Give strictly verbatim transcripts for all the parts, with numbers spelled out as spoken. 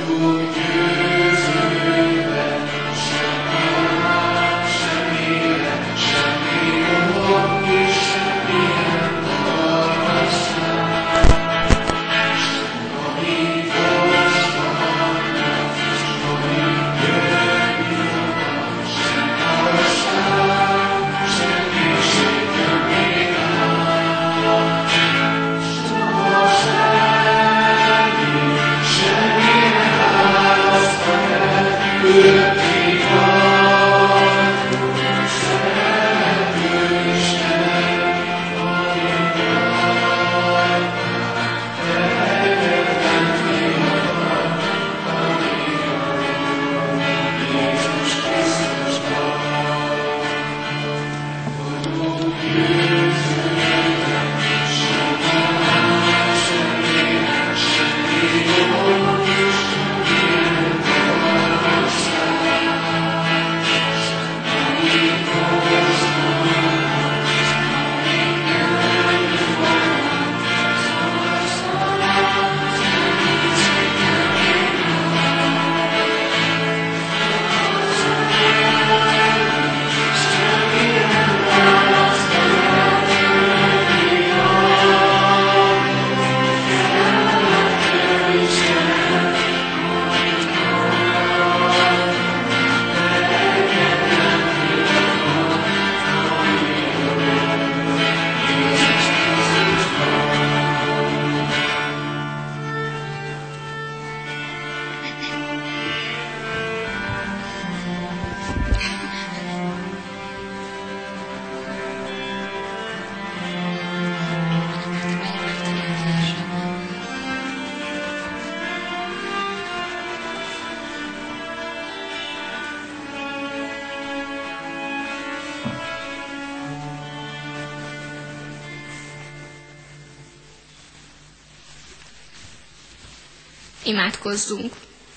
Imádkozzunk!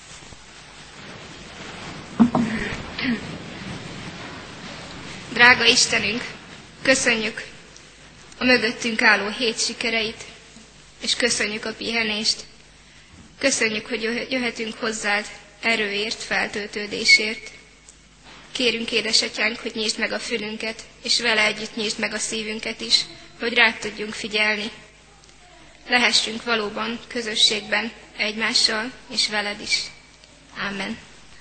Drága Istenünk, köszönjük a mögöttünk álló hét sikereit, és köszönjük a pihenést. Köszönjük, hogy jöhetünk hozzád erőért, feltöltődésért. Kérünk, édesatyánk, hogy nyisd meg a fülünket, és vele együtt nyisd meg a szívünket is, hogy rád tudjunk figyelni. Lehessünk valóban közösségben egymással és veled is. Amen.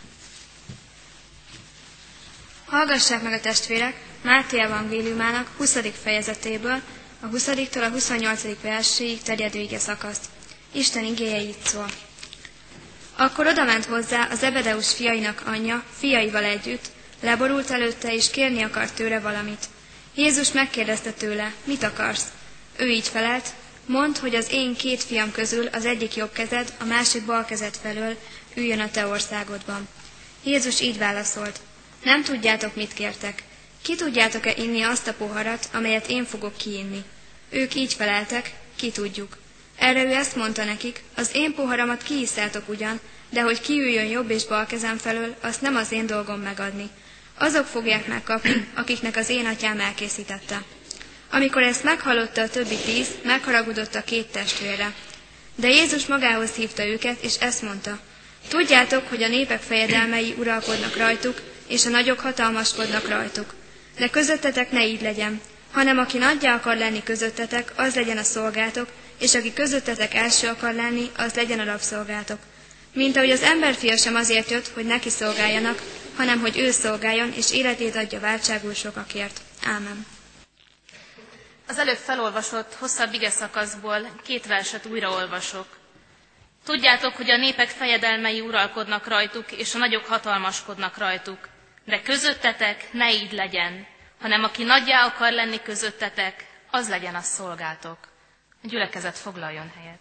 Hallgassák meg a testvérek Máté evangéliumának huszadik fejezetéből a huszadiktól a huszonnyolcadik verséig terjedő ige szakaszt. Isten igéje így szól. Akkor odament hozzá a Zebedeus fiainak anyja, fiaival együtt, leborult előtte és kérni akart tőle valamit. Jézus megkérdezte tőle, mit akarsz? Ő így felelt, mondd, hogy az én két fiam közül az egyik jobb kezed, a másik bal kezed felől üljön a te országodban. Jézus így válaszolt, nem tudjátok, mit kértek. Ki tudjátok-e inni azt a poharat, amelyet én fogok kiinni? Ők így feleltek, ki tudjuk. Erre ő ezt mondta nekik, az én poharamat kiisszátok ugyan, de hogy kiüljön jobb és bal kezem felől, azt nem az én dolgom megadni. Azok fogják megkapni, akiknek az én atyám elkészítette. Amikor ezt meghallotta a többi tíz, megharagudott a két testvérre. De Jézus magához hívta őket, és ezt mondta, tudjátok, hogy a népek fejedelmei uralkodnak rajtuk, és a nagyok hatalmaskodnak rajtuk. De közöttetek ne így legyen, hanem aki nagyjá akar lenni közöttetek, az legyen a szolgátok, és aki közöttetek első akar lenni, az legyen a rabszolgátok. Mint ahogy az emberfia sem azért jött, hogy neki szolgáljanak, hanem hogy ő szolgáljon, és életét adja váltságul sokakért. Ámen. Az előbb felolvasott hosszabb igeszakaszból két verset újraolvasok. Tudjátok, hogy a népek fejedelmei uralkodnak rajtuk, és a nagyok hatalmaskodnak rajtuk. De közöttetek ne így legyen, hanem aki nagyjá akar lenni közöttetek, az legyen a szolgátok. A gyülekezet foglaljon helyet.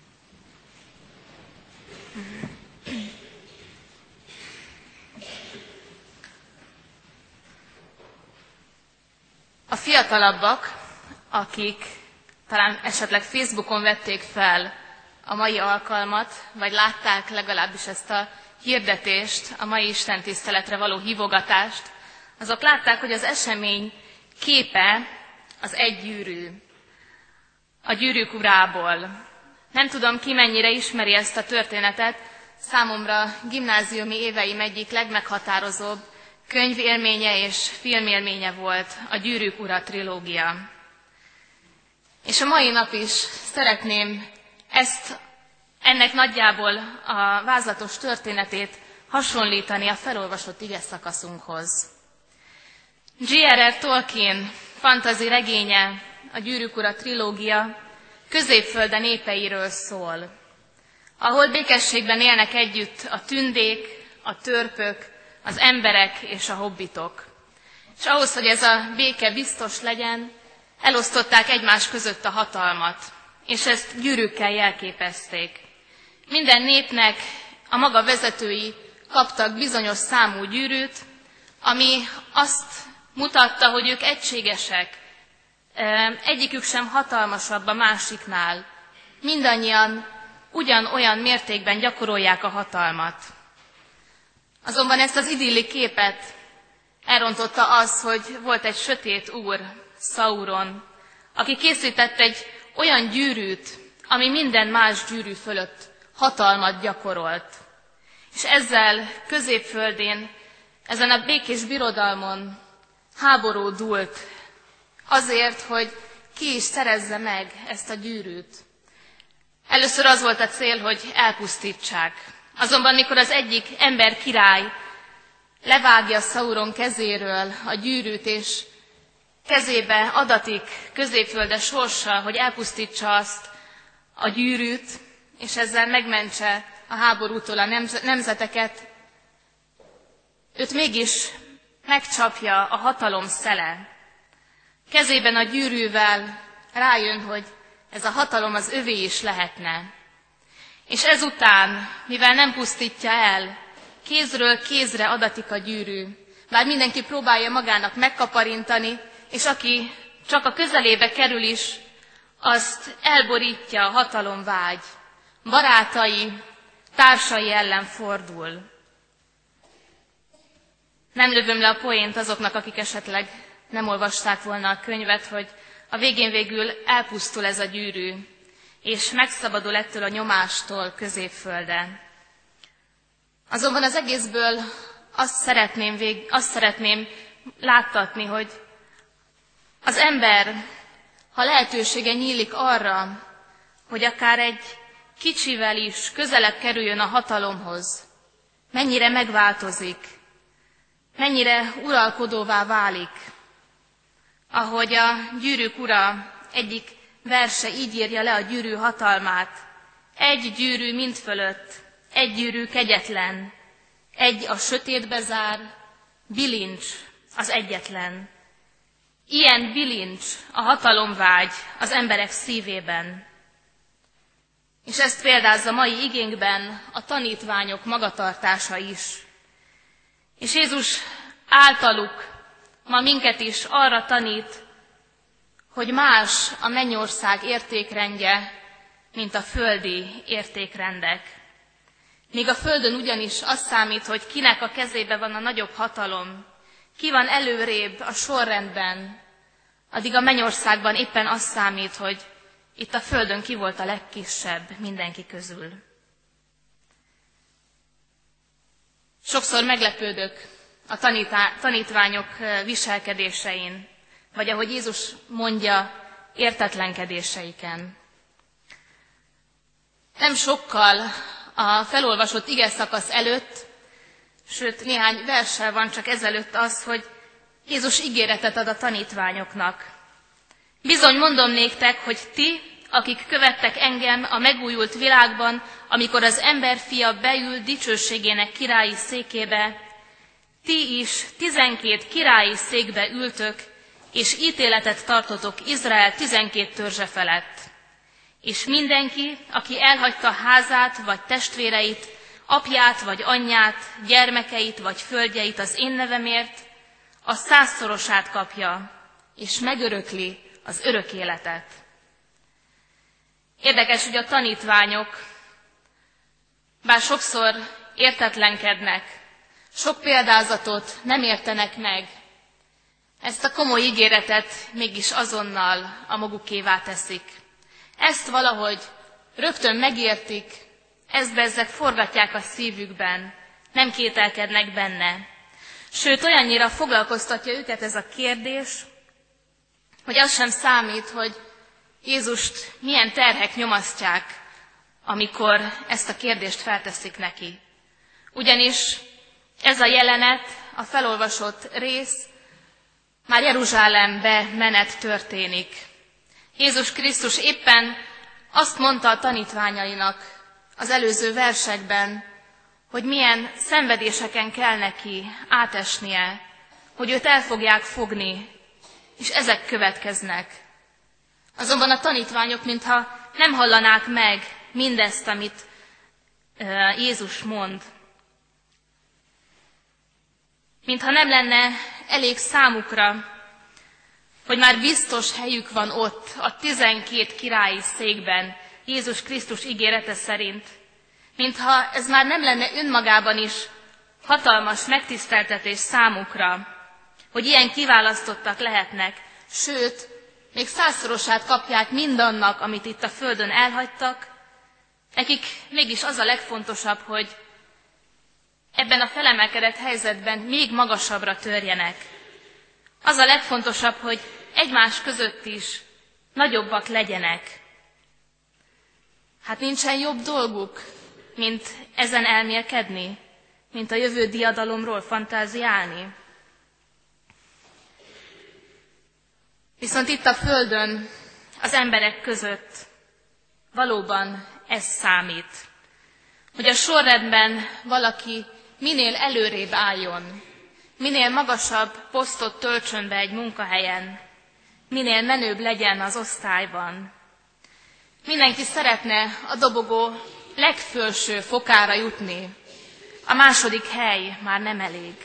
A fiatalabbak, akik talán esetleg Facebookon vették fel a mai alkalmat, vagy látták legalábbis ezt a hirdetést, a mai istentiszteletre való hívogatást, azok látták, hogy az esemény képe az egy gyűrű, a Gyűrűk urából. Nem tudom, ki mennyire ismeri ezt a történetet, számomra gimnáziumi éveim egyik legmeghatározóbb könyvélménye és filmélménye volt a Gyűrűk ura trilógia. És a mai nap is szeretném ezt, ennek nagyjából a vázlatos történetét hasonlítani a felolvasott igeszakaszunkhoz. J R R Tolkien fantasy regénye, a Gyűrűk ura trilógia Középfölde népeiről szól, ahol békességben élnek együtt a tündék, a törpök, az emberek és a hobbitok. És ahhoz, hogy ez a béke biztos legyen, elosztották egymás között a hatalmat, és ezt gyűrűkkel jelképezték. Minden népnek a maga vezetői kaptak bizonyos számú gyűrűt, ami azt mutatta, hogy ők egységesek, egyikük sem hatalmasabb a másiknál. Mindannyian ugyanolyan mértékben gyakorolják a hatalmat. Azonban ezt az idilli képet elrontotta az, hogy volt egy sötét úr, Sauron, aki készített egy olyan gyűrűt, ami minden más gyűrű fölött hatalmat gyakorolt. És ezzel Középföldén, ezen a békés birodalmon háború dúlt azért, hogy ki is szerezze meg ezt a gyűrűt. Először az volt a cél, hogy elpusztítsák. Azonban mikor az egyik ember király levágja Sauron kezéről a gyűrűt, és kezébe adatik Középfölde sorsa, hogy elpusztítsa azt a gyűrűt, és ezzel megmentse a háborútól a nemzeteket, őt mégis megcsapja a hatalom szele. Kezében a gyűrűvel rájön, hogy ez a hatalom az övé is lehetne. És ezután, mivel nem pusztítja el, kézről kézre adatik a gyűrű, bár mindenki próbálja magának megkaparintani, és aki csak a közelébe kerül is, azt elborítja a hatalomvágy. Barátai, társai ellen fordul. Nem lövöm le a poént azoknak, akik esetleg nem olvasták volna a könyvet, hogy a végén végül elpusztul ez a gyűrű, és megszabadul ettől a nyomástól Középfölde. Azonban az egészből azt szeretném, vég, azt szeretném láttatni, hogy az ember, ha lehetősége nyílik arra, hogy akár egy kicsivel is közelebb kerüljön a hatalomhoz, mennyire megváltozik, mennyire uralkodóvá válik. Ahogy a Gyűrűk ura egyik verse így írja le a gyűrű hatalmát: egy gyűrű mindfölött, egy gyűrű kegyetlen, egy a sötétbe zár, bilincs az egyetlen. Ilyen bilincs a hatalomvágy az emberek szívében. És ezt példázza mai igénkben a tanítványok magatartása is. És Jézus általuk ma minket is arra tanít, hogy más a mennyország értékrendje, mint a földi értékrendek. Míg a földön ugyanis az számít, hogy kinek a kezébe van a nagyobb hatalom, ki van előrébb a sorrendben, addig a mennyországban éppen az számít, hogy itt a földön ki volt a legkisebb mindenki közül. Sokszor meglepődök a tanítá- tanítványok viselkedésein, vagy ahogy Jézus mondja, értetlenkedéseiken. Nem sokkal a felolvasott igeszakasz előtt, sőt néhány verssel van csak ezelőtt az, hogy Jézus ígéretet ad a tanítványoknak. Bizony mondom néktek, hogy ti, akik követtek engem a megújult világban, amikor az emberfia beül dicsőségének királyi székébe, ti is tizenkét királyi székbe ültök, és ítéletet tartotok Izrael tizenkét törzse felett. És mindenki, aki elhagyta házát vagy testvéreit, apját vagy anyját, gyermekeit vagy földjeit az én nevemért, a százszorosát kapja, és megörökli az örök életet. Érdekes, hogy a tanítványok, bár sokszor értetlenkednek, sok példázatot nem értenek meg, ezt a komoly ígéretet mégis azonnal a magukévá teszik. Ezt valahogy rögtön megértik, ezt bezzeg forgatják a szívükben, nem kételkednek benne. Sőt, olyannyira foglalkoztatja őket ez a kérdés, hogy az sem számít, hogy Jézust milyen terhek nyomasztják, amikor ezt a kérdést felteszik neki. Ugyanis ez a jelenet, a felolvasott rész már Jeruzsálembe menet történik. Jézus Krisztus éppen azt mondta a tanítványainak az előző versekben, hogy milyen szenvedéseken kell neki átesnie, hogy őt el fogják fogni, és ezek következnek. Azonban a tanítványok, mintha nem hallanák meg mindezt, amit Jézus mond. Mintha nem lenne elég számukra, hogy már biztos helyük van ott, a tizenkét királyi székben, Jézus Krisztus ígérete szerint. Mintha ez már nem lenne önmagában is hatalmas megtiszteltetés számukra, hogy ilyen kiválasztottak lehetnek, sőt, még százszorosát kapják mindannak, amit itt a földön elhagytak, nekik mégis az a legfontosabb, hogy ebben a felemelkedett helyzetben még magasabbra törjenek. Az a legfontosabb, hogy egymás között is nagyobbak legyenek. Hát nincsen jobb dolguk, mint ezen elmélkedni, mint a jövő diadalomról fantáziálni. Viszont itt a földön, az emberek között valóban ez számít. Hogy a sorrendben valaki minél előrébb álljon, minél magasabb posztot töltsön be egy munkahelyen, minél menőbb legyen az osztályban. Mindenki szeretne a dobogó legfölső fokára jutni, a második hely már nem elég.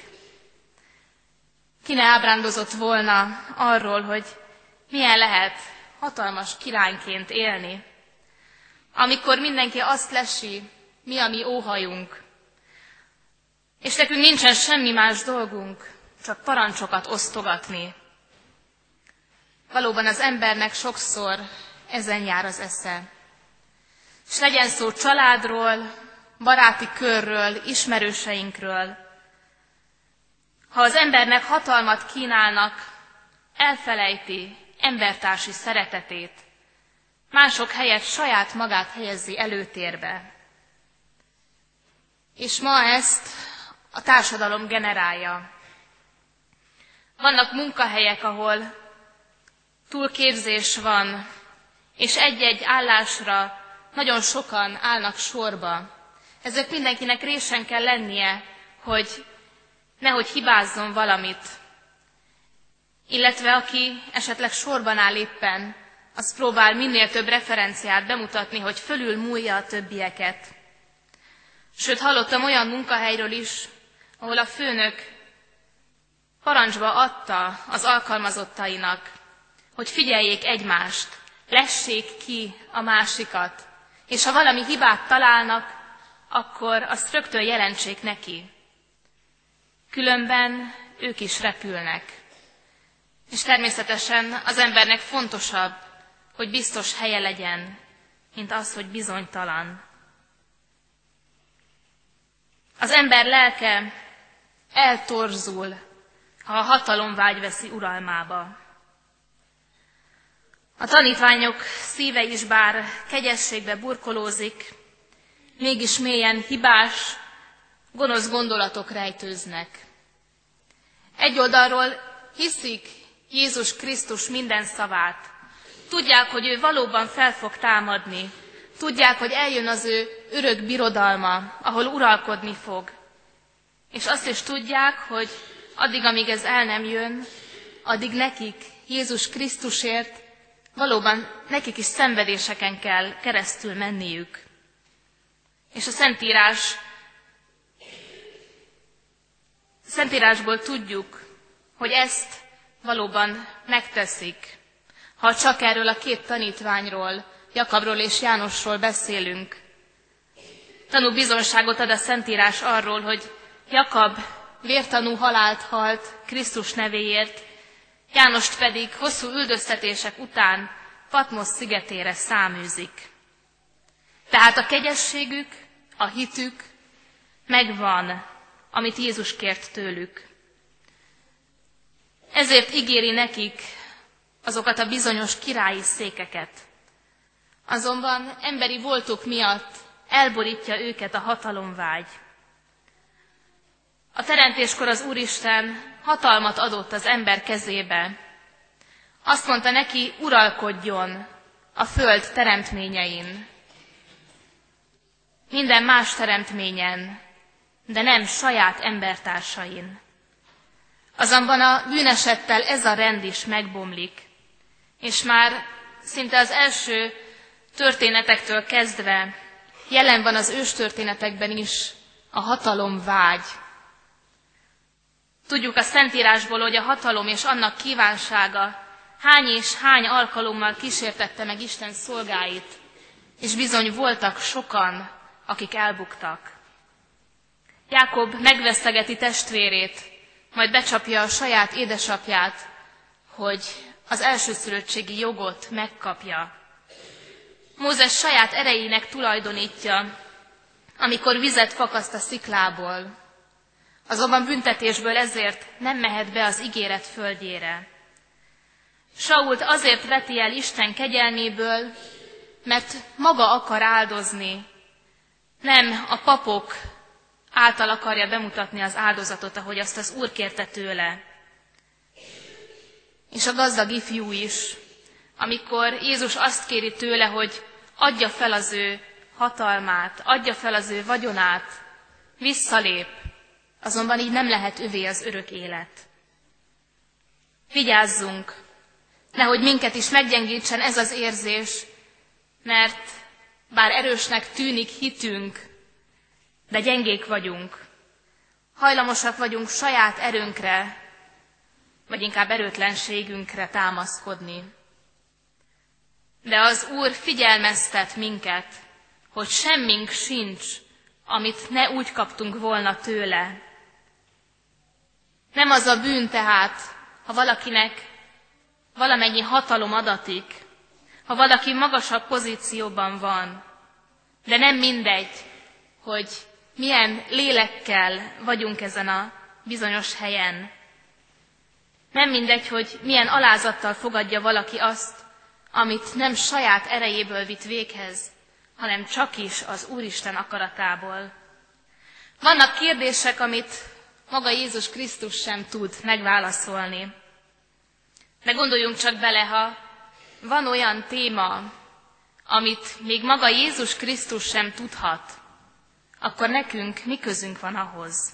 Ki ne ábrándozott volna arról, hogy milyen lehet hatalmas királyként élni, amikor mindenki azt lesi, mi a mi óhajunk, és nekünk nincsen semmi más dolgunk, csak parancsokat osztogatni. Valóban az embernek sokszor ezen jár az esze. És legyen szó családról, baráti körről, ismerőseinkről. Ha az embernek hatalmat kínálnak, elfelejti embertársi szeretetét, mások helyett saját magát helyezi előtérbe. És ma ezt a társadalom generálja. Vannak munkahelyek, ahol túlképzés van, és egy-egy állásra nagyon sokan állnak sorba. Ezek mindenkinek résen kell lennie, hogy nehogy hibázzon valamit. Illetve aki esetleg sorban áll éppen, az próbál minél több referenciát bemutatni, hogy fölül múlja a többieket. Sőt, hallottam olyan munkahelyről is, ahol a főnök parancsba adta az alkalmazottainak, hogy figyeljék egymást, lessék ki a másikat, és ha valami hibát találnak, akkor azt rögtön jelentsék neki. Különben ők is repülnek. És természetesen az embernek fontosabb, hogy biztos helye legyen, mint az, hogy bizonytalan. Az ember lelke eltorzul, ha a hatalomvágy veszi uralmába. A tanítványok szíve is bár kegyességbe burkolózik, mégis mélyen hibás, gonosz gondolatok rejtőznek. Egy oldalról hiszik Jézus Krisztus minden szavát. Tudják, hogy ő valóban fel fog támadni. Tudják, hogy eljön az ő örök birodalma, ahol uralkodni fog. És azt is tudják, hogy addig, amíg ez el nem jön, addig nekik, Jézus Krisztusért, valóban nekik is szenvedéseken kell keresztül menniük. És a Szentírás, Szentírásból tudjuk, hogy ezt valóban megteszik, ha csak erről a két tanítványról, Jakabról és Jánosról beszélünk. Tanú bizonságot ad a Szentírás arról, hogy Jakab vértanú halált halt Krisztus nevéért, Jánost pedig hosszú üldöztetések után Patmosz szigetére száműzik. Tehát a kegyességük a hitük megvan, amit Jézus kért tőlük. Ezért ígéri nekik azokat a bizonyos királyi székeket. Azonban emberi voltuk miatt elborítja őket a hatalomvágy. A teremtéskor az Úristen hatalmat adott az ember kezébe. Azt mondta neki, uralkodjon a föld teremtményein. Minden más teremtményen, de nem saját embertársain. Azonban a bűnesettel ez a rend is megbomlik, és már szinte az első történetektől kezdve jelen van az őstörténetekben is a hatalomvágy. Tudjuk a Szentírásból, hogy a hatalom és annak kívánsága hány és hány alkalommal kísértette meg Isten szolgáit, és bizony voltak sokan, akik elbuktak. Jákob megvesztegeti testvérét, majd becsapja a saját édesapját, hogy az elsőszülöttségi jogot megkapja. Mózes saját erejének tulajdonítja, amikor vizet fakaszt a sziklából. Azonban büntetésből ezért nem mehet be az ígéret földjére. Sault azért veti el Isten kegyelméből, mert maga akar áldozni, nem a papok által akarja bemutatni az áldozatot, ahogy azt az Úr kérte tőle. És a gazdag ifjú is, amikor Jézus azt kéri tőle, hogy adja fel az ő hatalmát, adja fel az ő vagyonát, visszalép, azonban így nem lehet övé az örök élet. Vigyázzunk, nehogy minket is meggyengítsen ez az érzés, mert bár erősnek tűnik hitünk, de gyengék vagyunk. Hajlamosak vagyunk saját erőnkre, vagy inkább erőtlenségünkre támaszkodni. De az Úr figyelmeztet minket, hogy semmink sincs, amit ne úgy kaptunk volna tőle. Nem az a bűn tehát, ha valakinek valamennyi hatalom adatik, ha valaki magasabb pozícióban van, de nem mindegy, hogy milyen lélekkel vagyunk ezen a bizonyos helyen. Nem mindegy, hogy milyen alázattal fogadja valaki azt, amit nem saját erejéből vitt véghez, hanem csak is az Úristen akaratából. Vannak kérdések, amit maga Jézus Krisztus sem tud megválaszolni. De gondoljunk csak bele, ha van olyan téma, amit még maga Jézus Krisztus sem tudhat, akkor nekünk mi közünk van ahhoz?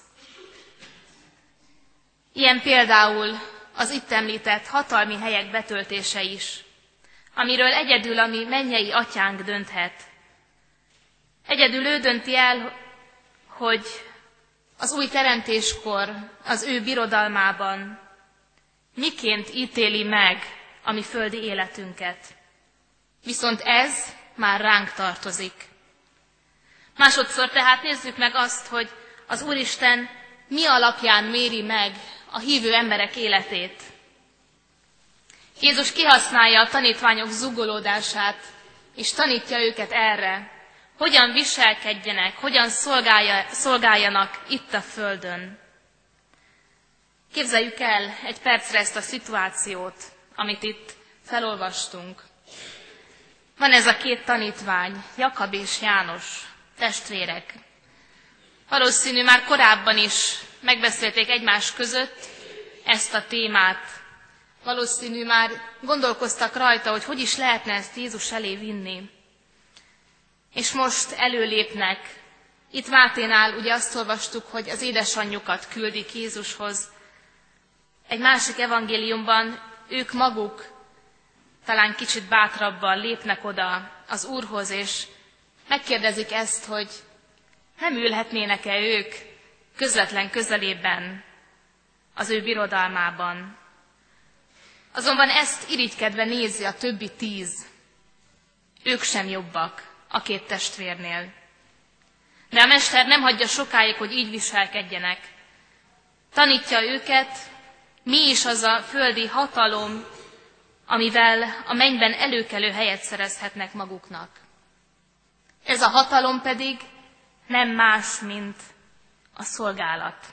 Ilyen például az itt említett hatalmi helyek betöltése is, amiről egyedül a mi mennyei atyánk dönthet. Egyedül ő dönti el, hogy az új teremtéskor az ő birodalmában miként ítéli meg a mi földi életünket. Viszont ez már ránk tartozik. Másodszor tehát nézzük meg azt, hogy az Úristen mi alapján méri meg a hívő emberek életét. Jézus kihasználja a tanítványok zugolódását, és tanítja őket erre, hogyan viselkedjenek, hogyan szolgálja, szolgáljanak itt a földön. Képzeljük el egy percre ezt a szituációt, amit itt felolvastunk. Van ez a két tanítvány, Jakab és János, testvérek. Valószínű már korábban is megbeszélték egymás között ezt a témát. Valószínű már gondolkoztak rajta, hogy hogy is lehetne ezt Jézus elé vinni. És most előlépnek. Itt Máténál ugye azt olvastuk, hogy az édesanyjukat küldik Jézushoz. Egy másik evangéliumban ők maguk talán kicsit bátrabban lépnek oda az Úrhoz, és megkérdezik ezt, hogy nem ülhetnének-e ők közvetlen közelében az ő birodalmában. Azonban ezt irigykedve nézi a többi tíz. Ők sem jobbak a két testvérnél. De a mester nem hagyja sokáig, hogy így viselkedjenek. Tanítja őket, mi is az a földi hatalom, amivel a mennyben előkelő helyet szerezhetnek maguknak. Ez a hatalom pedig nem más, mint a szolgálat.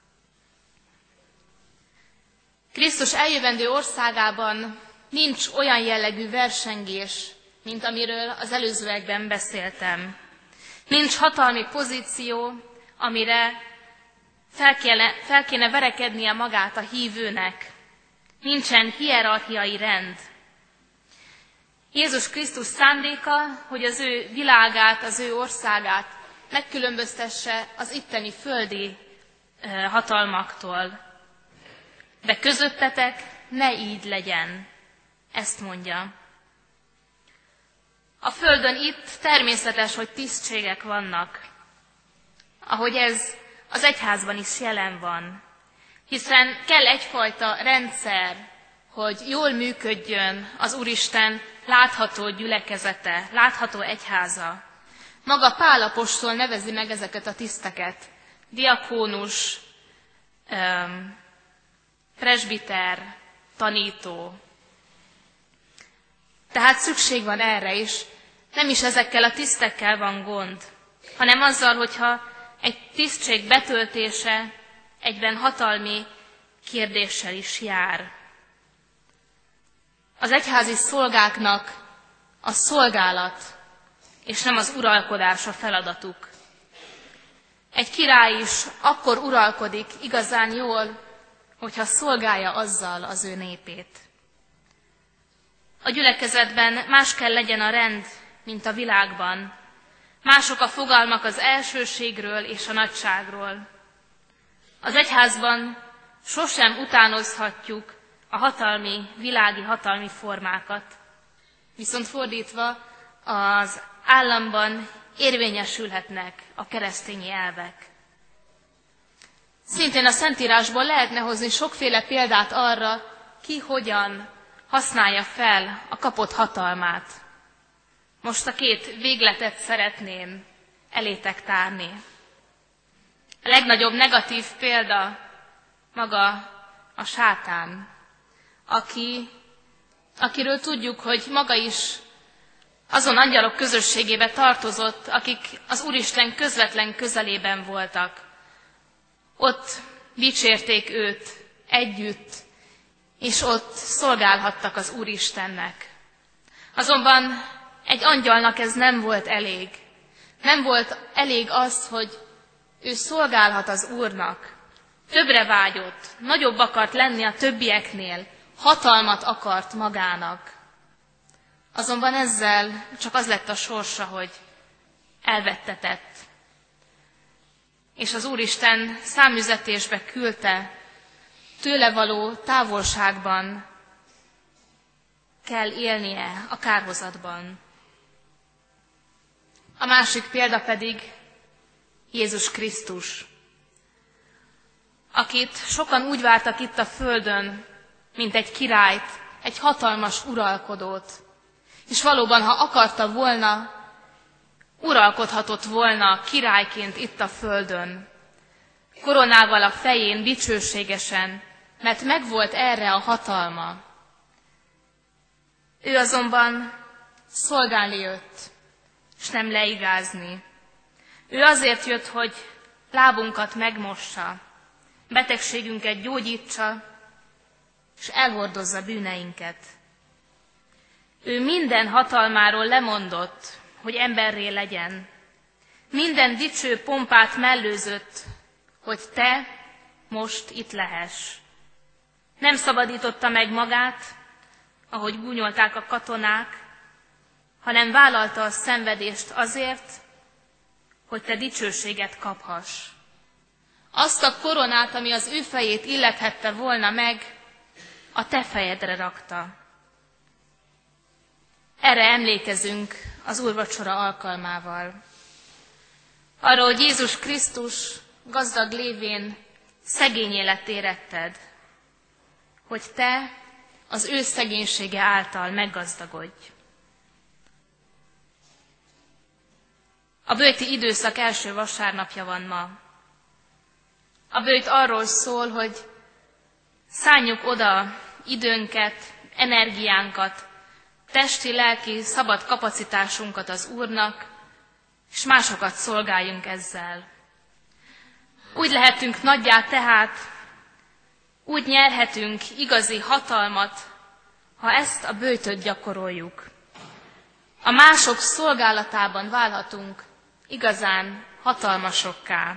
Krisztus eljövendő országában nincs olyan jellegű versengés, mint amiről az előzőekben beszéltem. Nincs hatalmi pozíció, amire fel kéne, fel kéne verekednie magát a hívőnek. Nincsen hierarchiai rend. Jézus Krisztus szándéka, hogy az ő világát, az ő országát megkülönböztesse az itteni földi hatalmaktól. De közöttetek ne így legyen, ezt mondja. A földön itt természetes, hogy tisztségek vannak, ahogy ez az egyházban is jelen van, hiszen kell egyfajta rendszer, hogy jól működjön az Úristen látható gyülekezete, látható egyháza. Maga Pál apostol nevezi meg ezeket a tiszteket. Diakónus, öm, presbiter, tanító. Tehát szükség van erre is. Nem is ezekkel a tisztekkel van gond, hanem azzal, hogyha egy tisztség betöltése egyben hatalmi kérdéssel is jár. Az egyházi szolgáknak a szolgálat, és nem az uralkodás a feladatuk. Egy király is akkor uralkodik igazán jól, hogyha szolgálja azzal az ő népét. A gyülekezetben más kell legyen a rend, mint a világban. Mások a fogalmak az elsőségről és a nagyságról. Az egyházban sosem utánozhatjuk a hatalmi, világi hatalmi formákat. Viszont fordítva az államban érvényesülhetnek a keresztény elvek. Szintén a Szentírásból lehetne hozni sokféle példát arra, ki hogyan használja fel a kapott hatalmát. Most a két végletet szeretném elétek tárni. A legnagyobb negatív példa maga a sátán, aki, akiről tudjuk, hogy maga is azon angyalok közösségébe tartozott, akik az Úristen közvetlen közelében voltak. Ott dicsérték őt együtt, és ott szolgálhattak az Úristennek. Azonban egy angyalnak ez nem volt elég. Nem volt elég az, hogy ő szolgálhat az Úrnak. Többre vágyott, nagyobb akart lenni a többieknél, hatalmat akart magának. Azonban ezzel csak az lett a sorsa, hogy elvettetett. És az Úristen számüzetésbe küldte, tőle való távolságban kell élnie a kárhozatban. A másik példa pedig Jézus Krisztus, akit sokan úgy vártak itt a földön, mint egy királyt, egy hatalmas uralkodót. És valóban, ha akarta volna, uralkodhatott volna királyként itt a földön, koronával a fején, dicsőségesen, mert megvolt erre a hatalma. Ő azonban szolgálni jött, és nem leigázni. Ő azért jött, hogy lábunkat megmossa, betegségünket gyógyítsa, és elhordozza bűneinket. Ő minden hatalmáról lemondott, hogy emberré legyen. Minden dicső pompát mellőzött, hogy te most itt lehess. Nem szabadította meg magát, ahogy gúnyolták a katonák, hanem vállalta a szenvedést azért, hogy te dicsőséget kaphass. Azt a koronát, ami az ő fejét illethette volna meg, a te fejedre rakta. Erre emlékezünk az úrvacsora alkalmával. Arra, hogy Jézus Krisztus gazdag lévén szegény élet éretted, hogy te az ő szegénysége által meggazdagodj. A böjti időszak első vasárnapja van ma. A böjt arról szól, hogy szánjuk oda időnket, energiánkat, testi, lelki, szabad kapacitásunkat az Úrnak, és másokat szolgáljunk ezzel. Úgy lehetünk nagyjá tehát, úgy nyerhetünk igazi hatalmat, ha ezt a böjtöt gyakoroljuk. A mások szolgálatában válhatunk igazán hatalmasokká.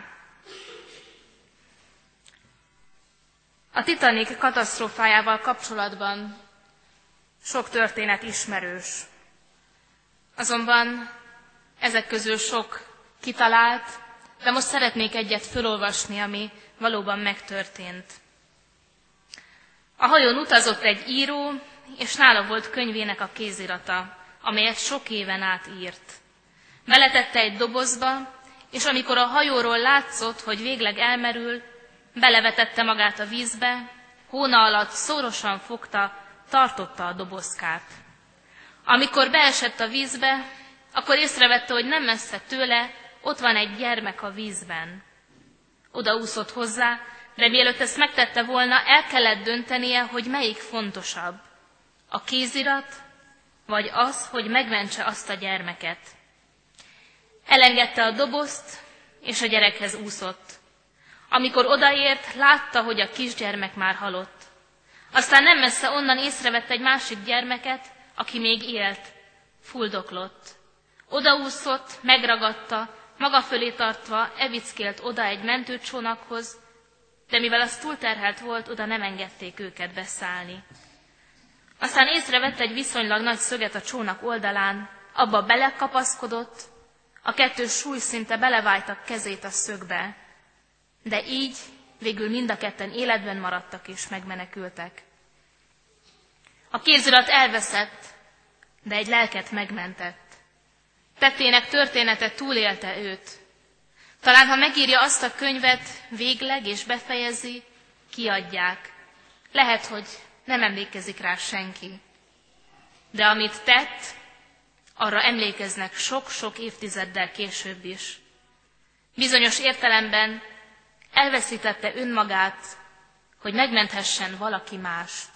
A Titanic katasztrófájával kapcsolatban sok történet ismerős. Azonban ezek közül sok kitalált, de most szeretnék egyet felolvasni, ami valóban megtörtént. A hajón utazott egy író, és nála volt könyvének a kézirata, amelyet sok éven át írt. Beletette egy dobozba, és amikor a hajóról látszott, hogy végleg elmerül, belevetette magát a vízbe, hóna alatt szorosan fogta, tartotta a dobozkát. Amikor beesett a vízbe, akkor észrevette, hogy nem messze tőle ott van egy gyermek a vízben. Odaúszott hozzá, de mielőtt ezt megtette volna, el kellett döntenie, hogy melyik fontosabb. A kézirat, vagy az, hogy megmentse azt a gyermeket. Elengedte a dobozt, és a gyerekhez úszott. Amikor odaért, látta, hogy a kisgyermek már halott. Aztán nem messze onnan észrevette egy másik gyermeket, aki még élt, fuldoklott. Odaúszott, megragadta, maga fölé tartva evickélt oda egy mentőcsónakhoz, de mivel az túlterhelt volt, oda nem engedték őket beszállni. Aztán észrevette egy viszonylag nagy szöget a csónak oldalán, abba belekapaszkodott, a kettő súly szinte belevájtak kezét a szögbe, de így végül mind a ketten életben maradtak és megmenekültek. A kézirat elveszett, de egy lelket megmentett. Tettének története túlélte őt. Talán, ha megírja azt a könyvet végleg és befejezi, kiadják. Lehet, hogy nem emlékezik rá senki. De amit tett, arra emlékeznek sok-sok évtizeddel később is. Bizonyos értelemben elveszítette önmagát, hogy megmenthessen valaki mást.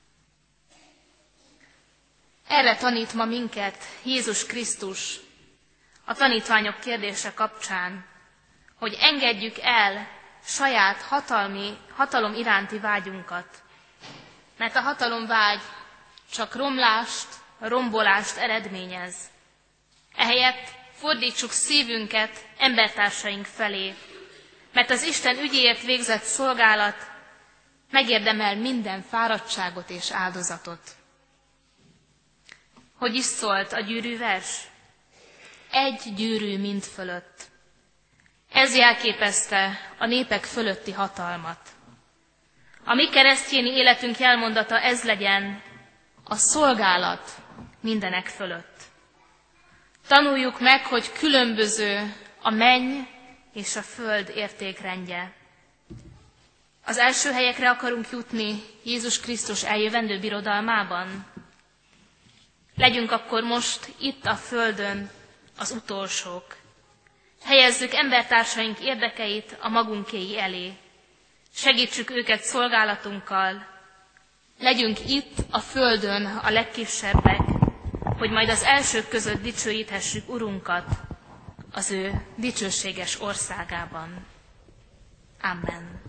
Erre tanít ma minket Jézus Krisztus a tanítványok kérdése kapcsán, hogy engedjük el saját hatalmi, hatalom iránti vágyunkat. Mert a hatalomvágy csak romlást, rombolást eredményez. Ehelyett fordítsuk szívünket embertársaink felé, mert az Isten ügyéért végzett szolgálat megérdemel minden fáradtságot és áldozatot. Hogy is szólt a gyűrűvers? Egy gyűrű mind fölött. Ez jelképezte a népek fölötti hatalmat. A mi keresztjéni életünk jelmondata ez legyen, a szolgálat mindenek fölött. Tanuljuk meg, hogy különböző a menny és a föld értékrendje. Az első helyekre akarunk jutni Jézus Krisztus eljövendő birodalmában? Legyünk akkor most itt a földön az utolsók. Helyezzük embertársaink érdekeit a magunkéi elé. Segítsük őket szolgálatunkkal. Legyünk itt a földön a legkisebbek, hogy majd az elsők között dicsőíthessük Urunkat az ő dicsőséges országában. Amen.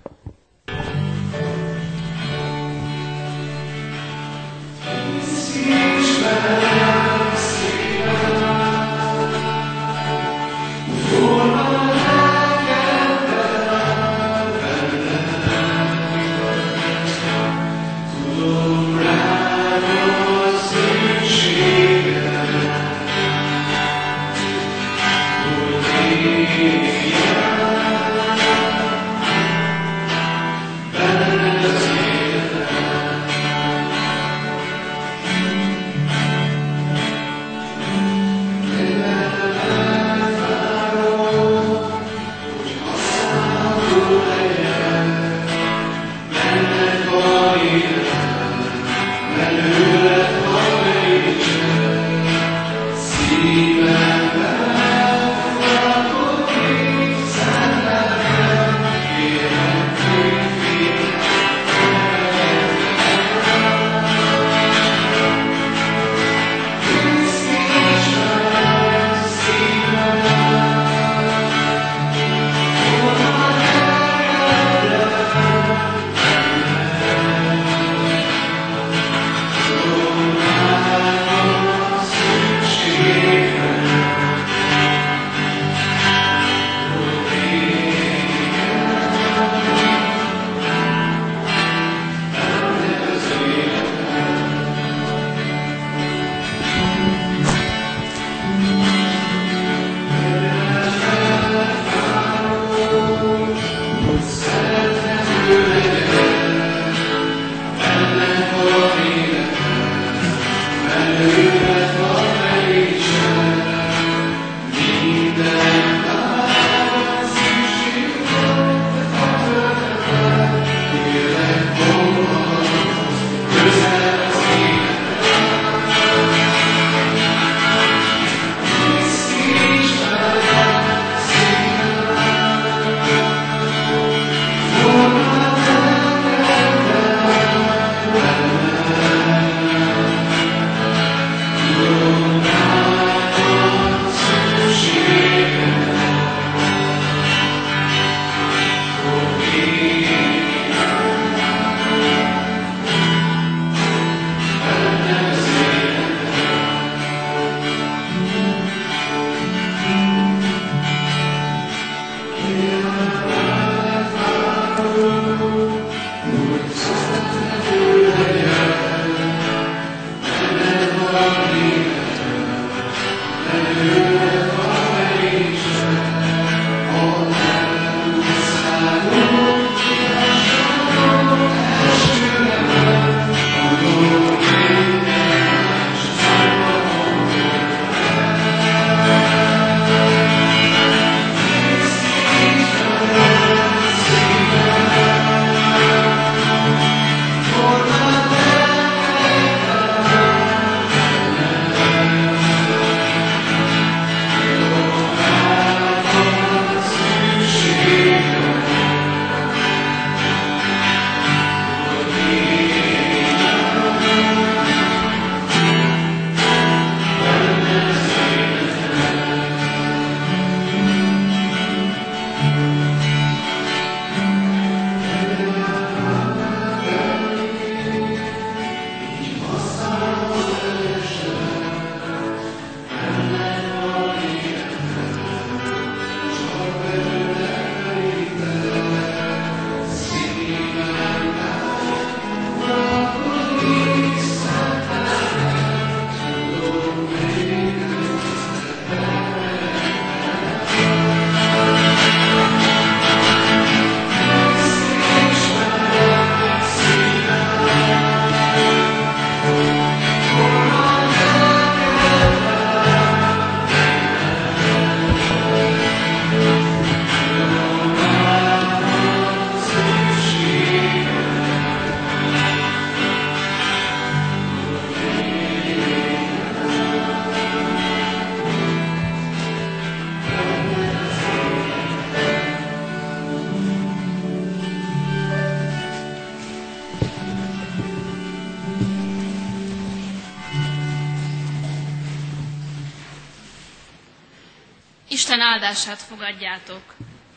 Isten áldását fogadjátok.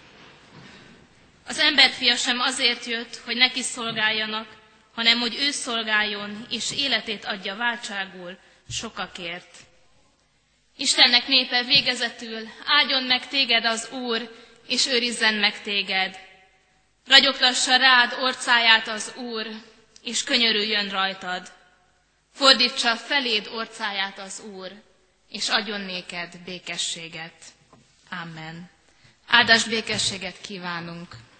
Az emberfia sem azért jött, hogy neki szolgáljanak, hanem hogy ő szolgáljon, és életét adja váltságul sokakért. Istennek népe, végezetül áldjon meg téged az Úr, és őrizzen meg téged. Ragyogtassa rád orcáját az Úr, és könyörüljön rajtad. Fordítsa feléd orcáját az Úr, és adjon néked békességet. Amen. Áldás békességet kívánunk.